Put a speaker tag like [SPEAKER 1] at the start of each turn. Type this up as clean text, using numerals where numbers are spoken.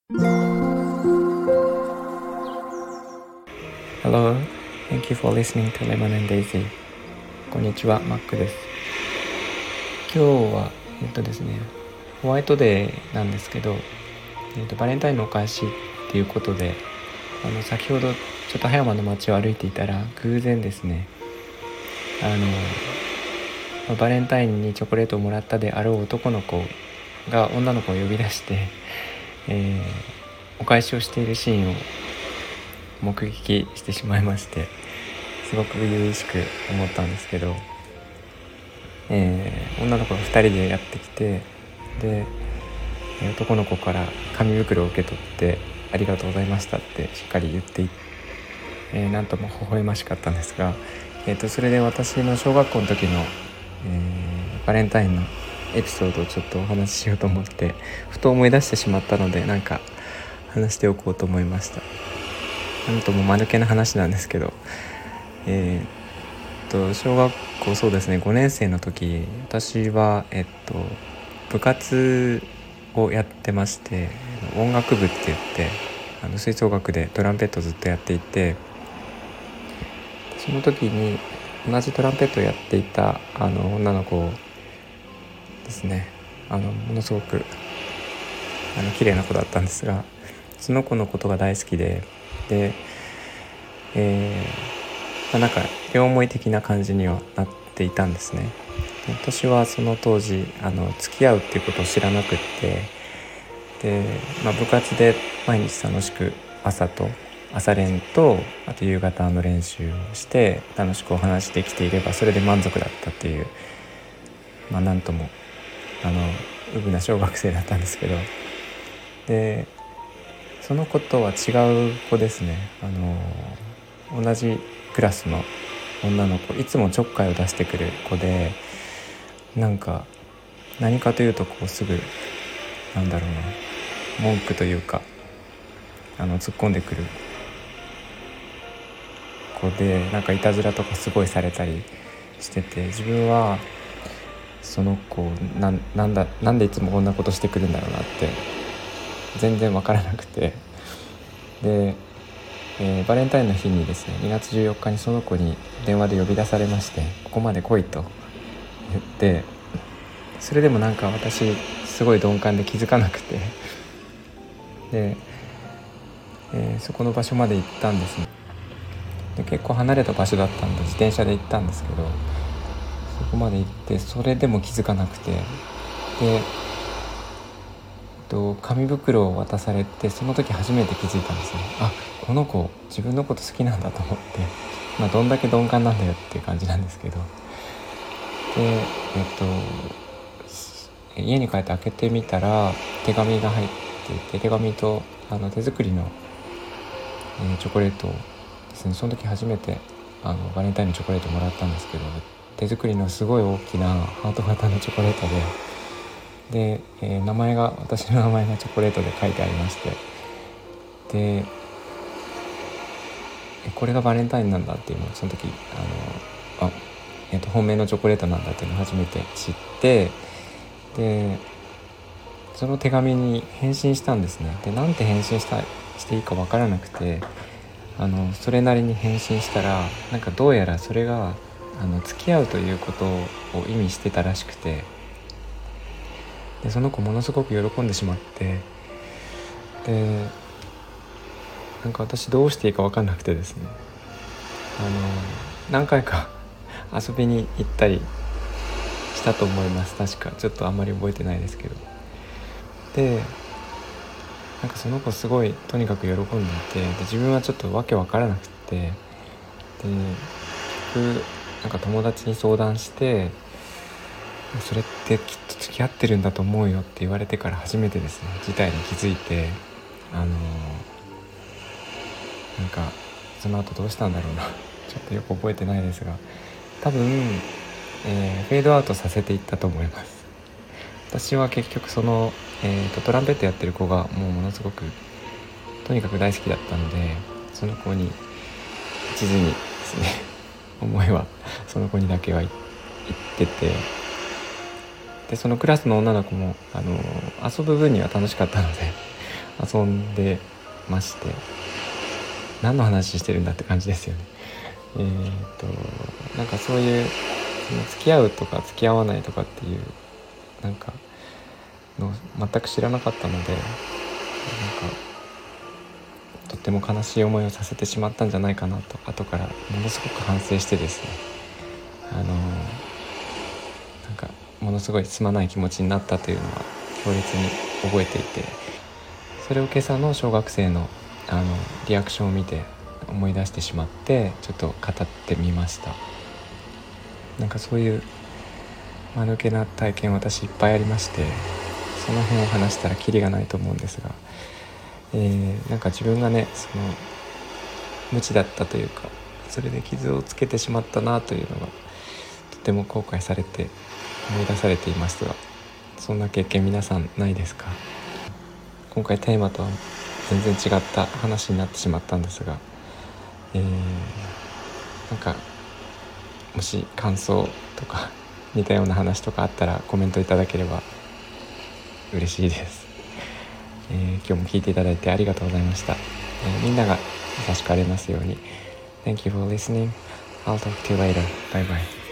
[SPEAKER 1] Hello, thank you for listening to Lemon and Daisy. こんにちは、マックです。今日はですね、ホワイトデーなんですけど、バレンタインのお返しっていうことで、先ほどちょっと葉山の街を歩いていたら偶然ですね、バレンタインにチョコレートをもらったであろう男の子が女の子を呼び出して、お返しをしているシーンを目撃してしまいまして、すごく初々しく思ったんですけど、女の子が2人でやってきて、で男の子から紙袋を受け取ってありがとうございましたってしっかり言ってなんとも微笑ましかったんですが、それで私の小学校の時の、バレンタインのエピソードをちょっとお話ししようと思ってふと思い出してしまったので、なんか話しておこうと思いました。なんとも間抜けな話なんですけど、小学校そうですね5年生の時、私は部活をやってまして、音楽部って言って吹奏楽でトランペットずっとやっていて、その時に同じトランペットをやっていた女の子ですね、ものすごく綺麗な子だったんですが、その子のことが大好きで、なんか両思い的な感じにはなっていたんですね。で、私はその当時付き合うっていうことを知らなくって、で、部活で毎日楽しく朝練とあと夕方の練習をして楽しくお話できていればそれで満足だったっていう、なんともうぶな小学生だったんですけど、でその子とは違う子ですね。同じクラスの女の子、いつもちょっかいを出してくる子で、何かというとすぐ文句というか突っ込んでくる子で、いたずらとかすごいされたりしてて、自分はその子なんでいつもこんなことしてくるんだろうなって全然分からなくて、で、バレンタインの日にですね、2月14日にその子に電話で呼び出されまして、ここまで来いと言って、それでも私すごい鈍感で気づかなくて、で、そこの場所まで行ったんですね。で、結構離れた場所だったんで自転車で行ったんですけど、そこまで行ってそれでも気づかなくて、で、紙袋を渡されて、その時初めて気づいたんですね。この子自分のこと好きなんだと思って、どんだけ鈍感なんだよっていう感じなんですけど、で、家に帰って開けてみたら手紙が入っていて、手紙と手作りの、チョコレートをですね、その時初めてバレンタインのチョコレートをもらったんですけど、手作りのすごい大きなハート型のチョコレートで、私の名前がチョコレートで書いてありまして、で、これがバレンタインなんだっていうのをその時本命のチョコレートなんだっていうのを初めて知って、でその手紙に返信したんですね。で、なんて返信していいか分からなくて、それなりに返信したら、どうやらそれが付き合うということを意味してたらしくて、でその子ものすごく喜んでしまって、で私どうしていいか分かんなくてですね、何回か遊びに行ったりしたと思います。確かちょっとあんまり覚えてないですけど、でその子すごいとにかく喜んでいて、で自分はちょっとわけ分からなくて、で結局友達に相談して、それってきっと付き合ってるんだと思うよって言われてから初めてですね、事態に気づいて、その後どうしたんだろうなちょっとよく覚えてないですが、多分、フェードアウトさせていったと思います。私は結局その、トランペットやってる子がものすごくとにかく大好きだったので、その子に一途にですね思いはその子にだけは言ってて、でそのクラスの女の子も遊ぶ分には楽しかったので遊んでまして、何の話してるんだって感じですよね。なんかそういうその付き合うとか付き合わないとかっていうなんかの全く知らなかったので、なんかとっても悲しい思いをさせてしまったんじゃないかなと後からものすごく反省してですね、なんかものすごいすまない気持ちになったというのは強烈に覚えていて、それを今朝の小学生のリアクションを見て思い出してしまって、ちょっと語ってみました。なんかそういう間抜けな体験私いっぱいありまして、その辺を話したらキリがないと思うんですが、なんか自分がね無知だったというか、それで傷をつけてしまったなというのがとても後悔されて思い出されていますが、そんな経験皆さんないですか？今回テーマとは全然違った話になってしまったんですが、なんかもし感想とか似たような話とかあったらコメントいただければ嬉しいです。今日も聞いていただいてありがとうございました。みんなが優しくありますように。 Thank you for listening. I'll talk to you later. Bye bye.